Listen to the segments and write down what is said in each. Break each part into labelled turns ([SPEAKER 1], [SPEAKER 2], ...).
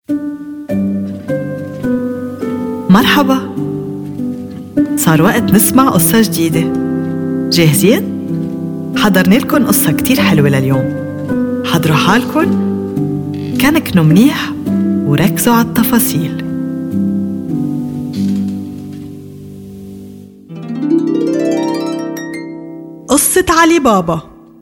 [SPEAKER 1] مرحبا، صار وقت نسمع قصة جديدة. جاهزين؟ حضرنا لكم قصة كتير حلوة لليوم. حضروا حالكم، كنكنوا منيح وركزوا على التفاصيل. قصة علي بابا.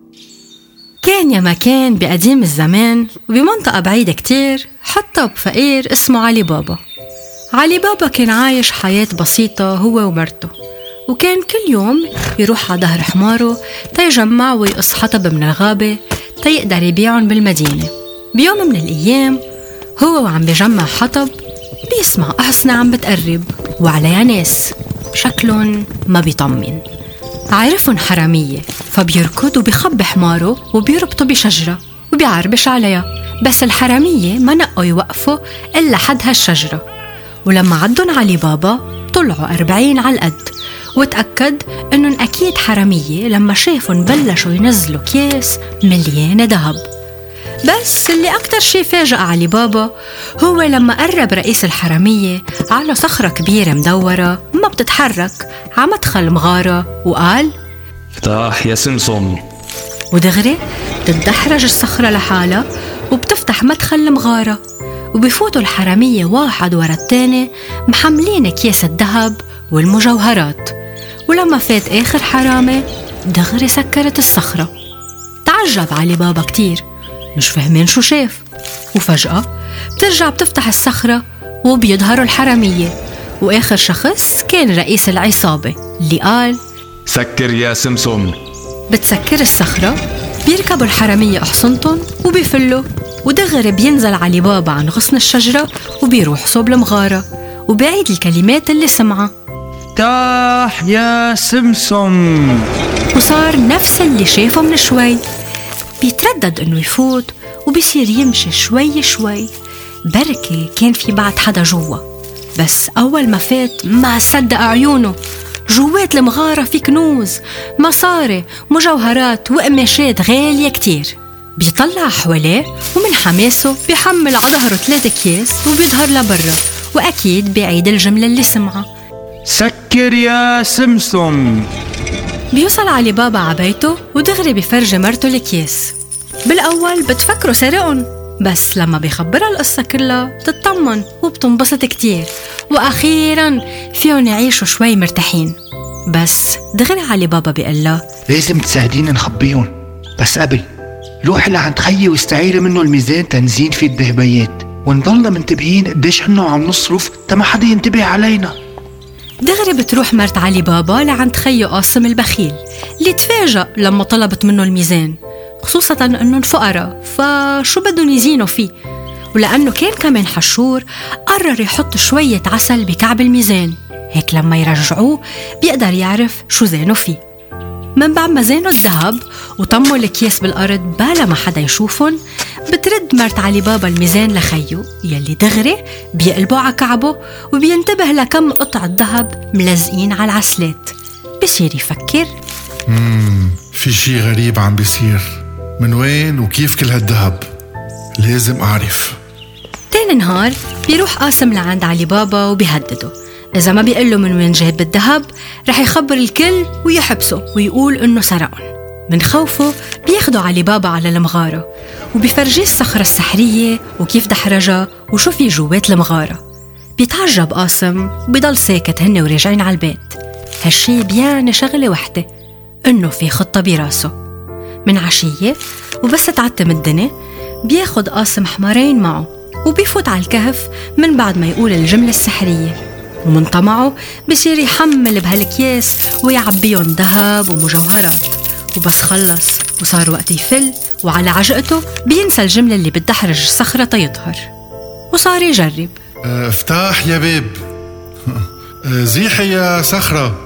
[SPEAKER 2] كان يا مكان بقديم الزمان وبمنطقة بعيدة كتير حطب فقير اسمه علي بابا. علي بابا كان عايش حياة بسيطة هو ومرته، وكان كل يوم يروح على ظهر حماره تيجمع ويقص حطب من الغابة تيقدر يبيعهم بالمدينة. بيوم من الأيام هو وعم بيجمع حطب بيسمع أحصنة عم بتقرب وعليها ناس شكلهم ما بيطمن. عرفهم حرامية، فبيركض وبيخبي حماره وبيربطه بشجرة وبيعربش عليها، بس الحرامية ما نقوا يوقفوا إلا حد هالشجرة. ولما عدن علي بابا طلعوا 40 على القد، وتأكد إنهم أكيد حرامية لما شافهم بلشوا ينزلوا كيس مليانة ذهب. بس اللي أكتر شي فاجأ علي بابا هو لما قرب رئيس الحرامية على صخرة كبيرة مدورة ما بتتحرك على مدخل مغارة وقال:
[SPEAKER 3] افتح يا سمسم.
[SPEAKER 2] ودغري بتتدحرج الصخرة لحالها وبتفتح مدخل المغارة، وبيفوتوا الحرامية واحد ورا التاني محملين كيس الذهب والمجوهرات. ولما فات آخر حرامي دغري سكرت الصخرة. تعجب علي بابا كتير، مش فاهمين شو شاف. وفجأة بترجع بتفتح الصخرة وبيظهروا الحرامية، وآخر شخص كان رئيس العصابة اللي قال:
[SPEAKER 3] سكر يا سمسم.
[SPEAKER 2] بتسكر الصخرة، بيركبوا الحرامية أحصنتهم وبيفلوا، ودغري بينزل علي بابا عن غصن الشجرة وبيروح صوب المغارة وبيعيد الكلمات اللي سمعها:
[SPEAKER 4] افتح يا سمسم.
[SPEAKER 2] وصار نفس اللي شافه من شوي. بيتردد انه يفوت وبيصير يمشي شوي شوي، بركي كان في بعد حدا جوا. بس اول ما فات ما صدق عيونه، جوات المغارة في كنوز، مصاري، مجوهرات وقماشات غالية كتير. بيطلع حواليه ومن حماسه بيحمل على ظهره 3 أكياس وبيظهر لبرا، واكيد بيعيد الجملة اللي سمعها:
[SPEAKER 4] سكر يا سمسم.
[SPEAKER 2] بيوصل علي بابا عبيته ودغري بيفرجي مرته الأكياس. بالأول بتفكره سرقن، بس لما بيخبرها القصة كلها بتطمن وبتنبسط كتير، وأخيراً فيهم يعيشوا شوي مرتاحين. بس دغري علي بابا بيقول له:
[SPEAKER 5] لازم تساعدينا نخبيهم، بس قبل روحي لعند خيي واستعيري منه الميزان تنزين فيه الذهبيات، ونضلنا منتبهين قديش إنه عم نصرف تما حدا ينتبه علينا.
[SPEAKER 2] دغري بتروح مرت علي بابا لعند خيه قاسم البخيل اللي تفاجأ لما طلبت منه الميزان، خصوصاً أنهم فقراء فشو بدهم يزينوا فيه. ولأنه كان كمان حشور قرر يحط شوية عسل بكعب الميزان، هيك لما يرجعوه بيقدر يعرف شو زينوا فيه. من بعد ما زينوا الذهب وطموا الأكياس بالأرض بلا ما حدا يشوفهم، بترد مرت علي بابا الميزان لخيه يلي دغري بيقلبوا على كعبه وبينتبه لكم قطعة ذهب ملزقين على العسلات. بصير يفكر:
[SPEAKER 6] في شي غريب عم بيصير، من وين وكيف كل هالذهب؟ لازم أعرف.
[SPEAKER 2] تاني نهار بيروح قاسم لعند علي بابا وبيهدده إذا ما بيقله من وين جايب الذهب رح يخبر الكل ويحبسه ويقول إنه سرقهم. من خوفه بياخدوا علي بابا على المغارة وبيفرجيه الصخرة السحرية وكيف دحرجها وشو في جوات المغارة. بيتعجب قاسم وبيضل ساكت هن وراجعين على البيت. هالشي بيعني شغلة وحدة، إنه في خطة براسه. من عشية وبس تعتم الدنيا بياخد قاسم حمارين معه وبيفوت على الكهف من بعد ما يقول الجملة السحرية، ومن طمعه بصير يحمل بهالكياس ويعبيهم ذهب ومجوهرات. وبس خلص وصار وقت يفل وعلى عجقته بينسى الجملة اللي بتدحرج الصخرة تيظهر، وصار يجرب:
[SPEAKER 6] افتح يا باب. زيحي يا صخرة.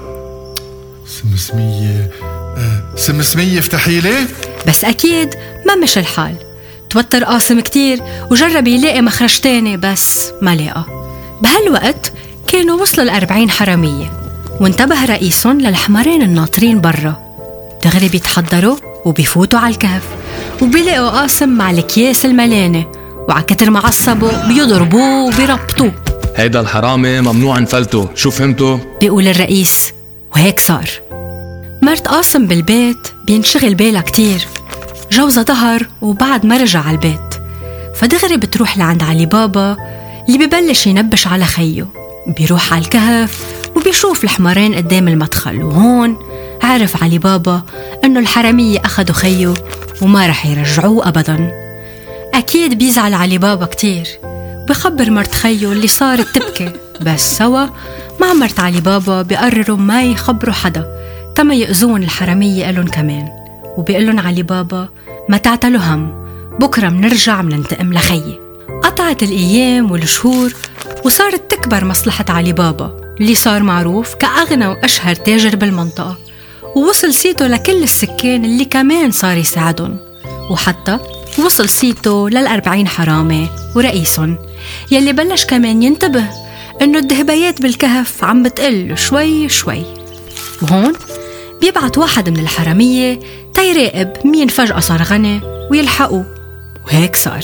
[SPEAKER 6] سمسمية افتحي لي.
[SPEAKER 2] بس أكيد ما مش الحال. توتر قاسم كتير وجرب يلاقي مخرج تاني بس ما لقى. بهالوقت كانوا وصلوا 40 حرامية، وانتبه رئيسهم للحمارين الناطرين برا. دغري بيتحضروا وبيفوتوا على الكهف وبيلاقوا قاسم مع الكياس الملانة، وعكتر معصبه بيضربوه وبيربطوه.
[SPEAKER 3] هيدا الحرامي ممنوع نفلته، شو فهمتوا؟
[SPEAKER 2] بيقول الرئيس، وهيك صار. مرت قاسم بالبيت بينشغل بالها كتير، جوزها ظهر وبعد ما رجع على البيت، فدغري بتروح لعند علي بابا اللي ببلش ينبش على خيه. بيروح على الكهف وبيشوف الحمارين قدام المدخل، وهون عرف علي بابا انه الحرامية اخدوا خيه وما رح يرجعوه ابدا. اكيد بيزعل علي بابا كتير، بخبر مرت خيه اللي صارت تبكي، بس سوا مع مرت علي بابا بيقرروا ما يخبروا حدا تما يأذون الحرامية إلن كمان. وبيقلن علي بابا ما تعتلوا هم، بكرة منرجع مننتقم لخيي. قطعت الأيام والشهور وصارت تكبر مصلحة علي بابا اللي صار معروف كأغنى وأشهر تاجر بالمنطقة، ووصل سيته لكل السكان اللي كمان صار يساعدهم، وحتى وصل سيته لل40 حرامي ورئيسهم يلي بلش كمان ينتبه إنه الدهبيات بالكهف عم بتقل شوي شوي. وهون بيبعت واحد من الحرامية تيراقب مين فجأة صار غني ويلحقوه، وهيك صار.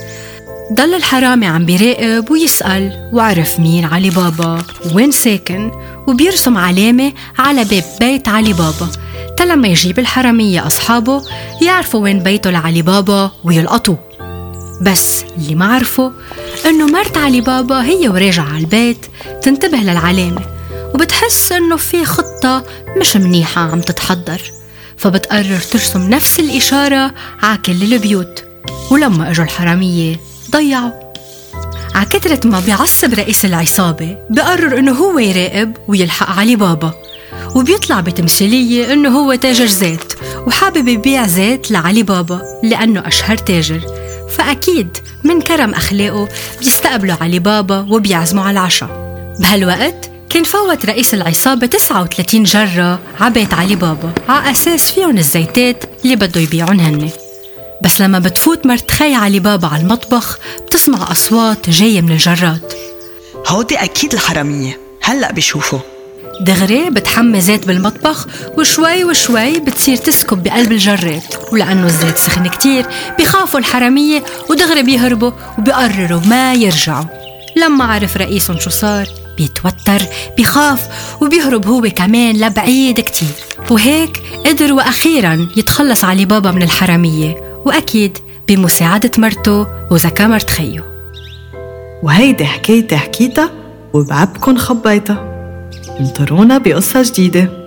[SPEAKER 2] ضل الحرامي عم بيراقب ويسأل، وعرف مين علي بابا وين ساكن، وبيرسم علامة على باب بيت علي بابا لما يجيب الحرامية أصحابه يعرفوا وين بيته لعلي بابا ويلقطوه. بس اللي ما عرفوا إنه مرت علي بابا هي وراجعة على البيت تنتبه للعلامة وبتحس إنه في خطة مش منيحة عم تتحضر، فبتقرر ترسم نفس الإشارة على كل البيوت. ولما اجوا الحرامية ضيعوا. عكترة ما بيعصب رئيس العصابة بقرر إنه هو يراقب ويلحق علي بابا، وبيطلع بتمثيلية إنه هو تاجر زيت وحابب يبيع زيت لعلي بابا لأنه أشهر تاجر، فأكيد من كرم أخلاقه بيستقبلوا علي بابا وبيعزموا على العشاء. بهالوقت كان فوت رئيس العصابة 39 جرة عبيت علي بابا على أساس فيهم الزيتات اللي بده يبيعون هن. بس لما بتفوت مرت خي علي بابا على المطبخ بتسمع أصوات جاية من الجرات.
[SPEAKER 7] هودي أكيد الحرامية، هلأ بيشوفوا.
[SPEAKER 2] دغري بتحمي زيت بالمطبخ وشوي وشوي بتصير تسكب بقلب الجرات، ولأنه الزيت سخن كتير بيخافوا الحرامية ودغري بيهربوا وبيقرروا ما يرجعوا. لما عرف رئيسهم شو صار بيتوتر بيخاف وبيهرب هو كمان لبعيد كتير، وهيك قدر وأخيرا يتخلص علي بابا من الحرامية، وأكيد بمساعدة مرته وذكاء مرت خيه.
[SPEAKER 1] وهيدي حكايتي حكيتها وبعبكن خبيتها. انطرونا بقصة جديدة.